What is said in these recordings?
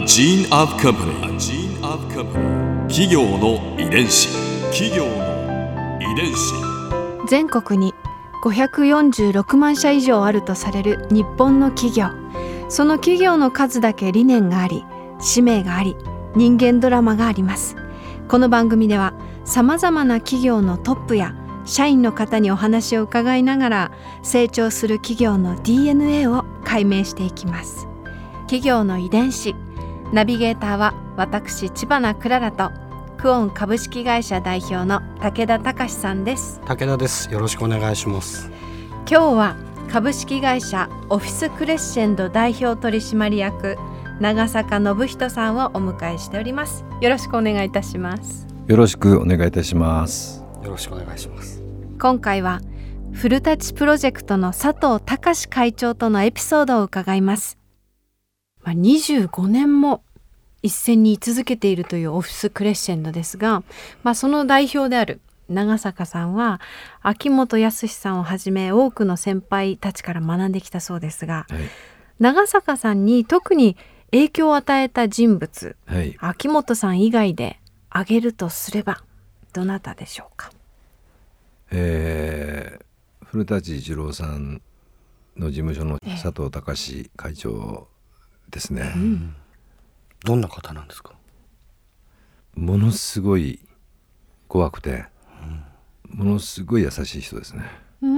gene of company.企業の遺伝子。 全国に546万社以上あるとされる日本の企業。その企業の数だけ理念があり、使命があり、人間ドラマがあります。この番組ではさまざまな企業のトップや社員の方にお話を伺いながら、成長する企業の DNA を解明していきます。企業の遺伝子。ナビゲーターは私知花くららとクオン株式会社代表の武田隆さんです。 武田です。よろしくお願いします。 今日は株式会社オフィスクレッシェンド代表取締役長坂信人さんをお迎えしております。よろしくお願いいたします。 よろしくお願いいたします。 よろしくお願いします。 今回はフルタッチプロジェクトの佐藤隆会長とのエピソードを伺います。25年も一線に居続けているというオフィスクレッシェンドですが、その代表である長坂さんは秋元康さんをはじめ多くの先輩たちから学んできたそうですが、長坂さんに特に影響を与えた人物、秋元さん以外で挙げるとすればどなたでしょうか？ 古舘一郎さんの事務所の佐藤隆会長ですね。 どんな方なんですか？ ものすごい怖くて、ものすごい優しい人ですね。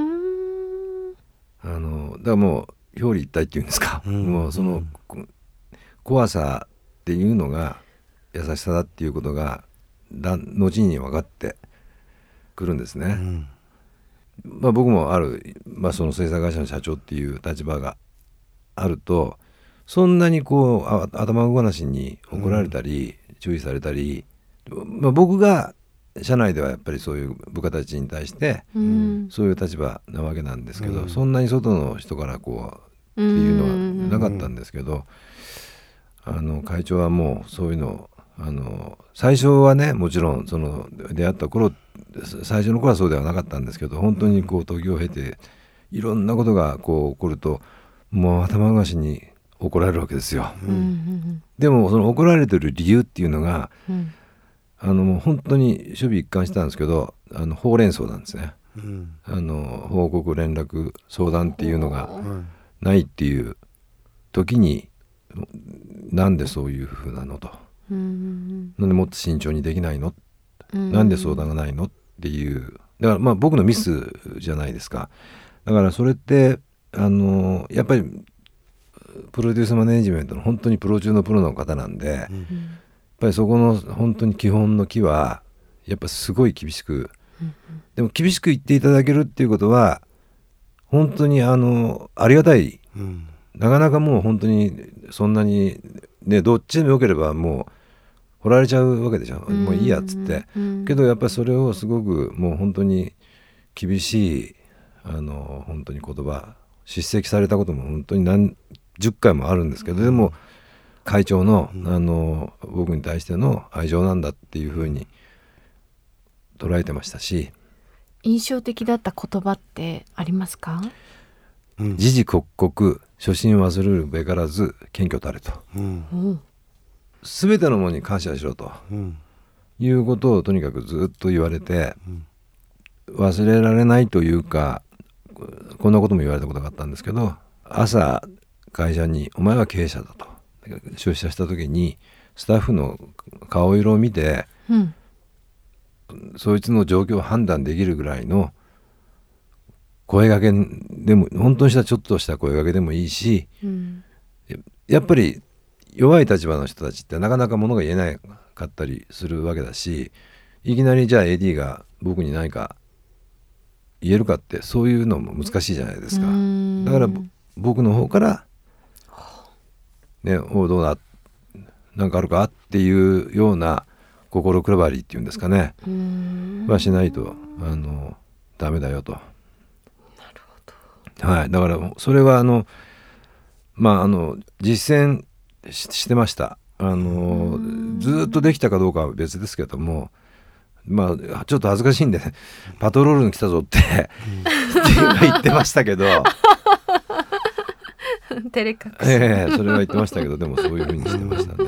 だからもう表裏一体っていうんですか、もうその怖さっていうのが優しさだっていうことが後に分かってくるんですね。僕もある、その制作会社の社長っていう立場があると、そんなに頭ごなしに怒られたり、注意されたり、僕が社内ではやっぱりそういう部下たちに対して、そういう立場なわけなんですけど、そんなに外の人からっていうのはなかったんですけど、会長はもうそういうの最初はね、もちろんその出会った頃、最初の頃はそうではなかったんですけど、本当に時を経ていろんなことが起こると、もう頭ごなしに怒られるわけですよ。でもその怒られてる理由っていうのが、もう本当に守備一貫してたんですけど、ほうれん草なんですね。報告連絡相談っていうのがないっていう時に、なんでそういう風なのと、なんでもっと慎重にできないの、なんで相談がないのっていう、だから僕のミスじゃないですか。だからそれってやっぱりプロデュースマネジメントの本当にプロ中のプロの方なんで、やっぱりそこの本当に基本の木はやっぱすごい厳しく、でも厳しく言っていただけるっていうことは本当にありがたい、なかなかもう本当にそんなにね、どっちでもよければもう掘られちゃうわけでしょ、もういいやっつって、けどやっぱりそれをすごくもう本当に厳しい本当に言葉叱責されたことも本当に何十回もあるんですけど、でも会長の、僕に対しての愛情なんだっていうふうに捉えてましたし。 印象的だった言葉ってありますか？ 時々刻々初心忘れるべからず謙虚たれと、全てのものに感謝しろと、いうことをとにかくずっと言われて、忘れられないというか、こんなことも言われたことがあったんですけど、朝会社にお前は経営者だと出社した時にスタッフの顔色を見て、そいつの状況を判断できるぐらいの声掛けでも、本当にちょっとした声掛けでもいいし、やっぱり弱い立場の人たちってなかなか物が言えなかったりするわけだし、いきなりじゃあ AD が僕に何か言えるかって、そういうのも難しいじゃないですか。だから僕の方からね、おうどうだ、なんかあるかっていうような心配りっていうんですかね、はしないとダメだよと。なるほど。はい、だからそれは実践してました。ずっとできたかどうかは別ですけども、ちょっと恥ずかしいんで、ね、パトロールに来たぞって言ってましたけど照れ隠し、 それは言ってましたけど、でもそういう風にしてましたね。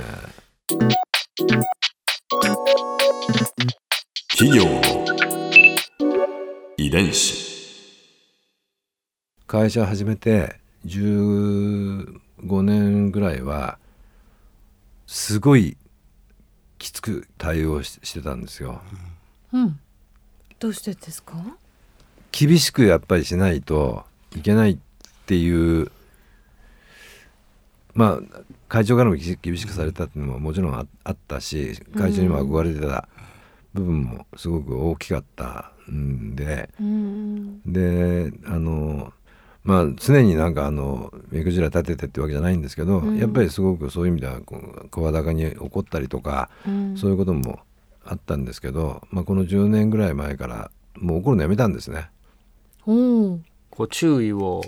企業の遺伝子。 会社始めて15年ぐらいはすごいきつく対応してたんですよ。 うん、どうしてですか？ 厳しくやっぱりしないといけないっていう、まあ会長からも厳しくされたっていうのももちろん あったし、会長にも憧れてた部分もすごく大きかったんで、でまあ常になんか目くじら立ててってわけじゃないんですけど、やっぱりすごくそういう意味では声高に怒ったりとか、そういうこともあったんですけど、まあ、この10年ぐらい前からもう怒るのやめたんですね。 こう注意を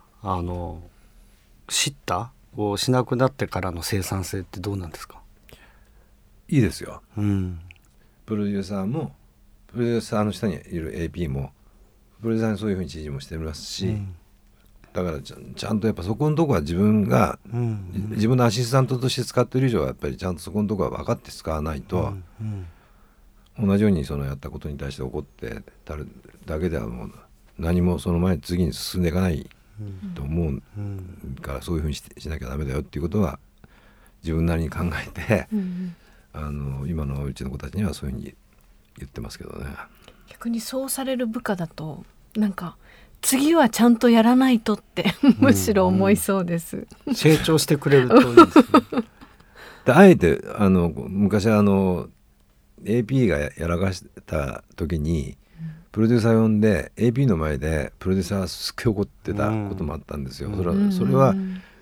知ったをしなくなってからの生産性ってどうなんですか？ いいですよ、 うん、 プロデューサーもプロデューサーの下にいる AP もプロデューサーにそういうふうに指示もしてますし、うん、だからちゃんとやっぱそこのとこは自分が、自分のアシスタントとして使っている以上はやっぱりちゃんとそこのとこは分かって使わないと、同じようにそのやったことに対して怒ってたるだけではもう何もその前に次に進んでいかないと思うから、そういうふうに しなきゃダメだよっていうことは自分なりに考えて、今のうちの子たちにはそういうふうに言ってますけどね。 逆にそうされる部下だとなんか次はちゃんとやらないとってむしろ思いそうです、 成長してくれるといいですね。 であえて昔AP がやらかした時にプロデューサー呼んで AP の前でプロデューサーがすっげえ怒ってたこともあったんですよ。それは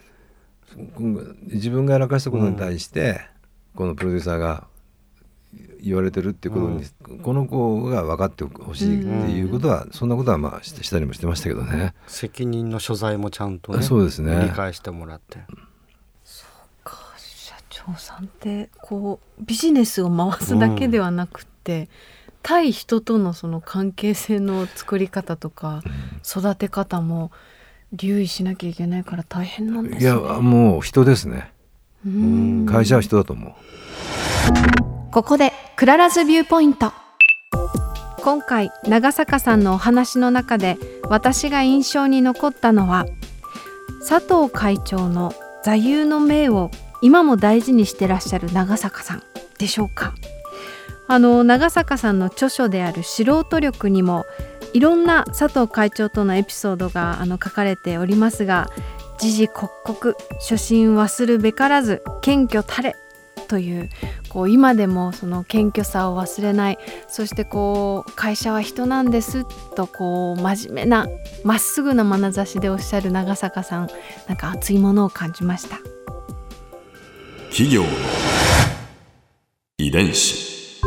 自分がやらかしたことに対してこのプロデューサーが言われてるっていうことに、この子が分かってほしいっていうことは、そんなことはまあしたりもしてましたけどね。 責任の所在もちゃんとね、 そうですね、 理解してもらって。 そうか、社長さんってこうビジネスを回すだけではなくて、対人とのその関係性の作り方とか、育て方も留意しなきゃいけないから大変なんですね。 いやもう人ですね。会社は人だと思う。 ここでクララズビューポイント。今回長坂さんのお話の中で私が印象に残ったのは、佐藤会長の座右の銘を今も大事にしてらっしゃる長坂さんでしょうか。長坂さんの著書である素人力にもいろんな佐藤会長とのエピソードが書かれておりますが、時々刻々初心忘るべからず謙虚たれという、今でもその謙虚さを忘れない、そして会社は人なんですと真面目なまっすぐな眼差しでおっしゃる長坂さん、なんか熱いものを感じました。 企業の遺伝子。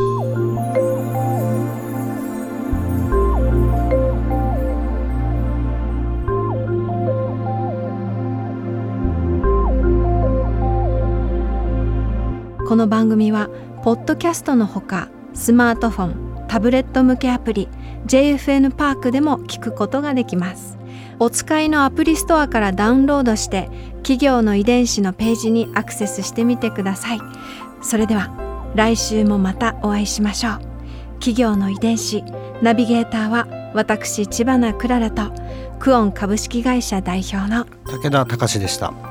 この番組はポッドキャストのほかスマートフォン、タブレット向けアプリ JFN パークでも聞くことができます。お使いのアプリストアからダウンロードして企業の遺伝子のページにアクセスしてみてください。それでは来週もまたお会いしましょう。企業の遺伝子ナビゲーターは私千葉なクララとクオン株式会社代表の武田隆でした。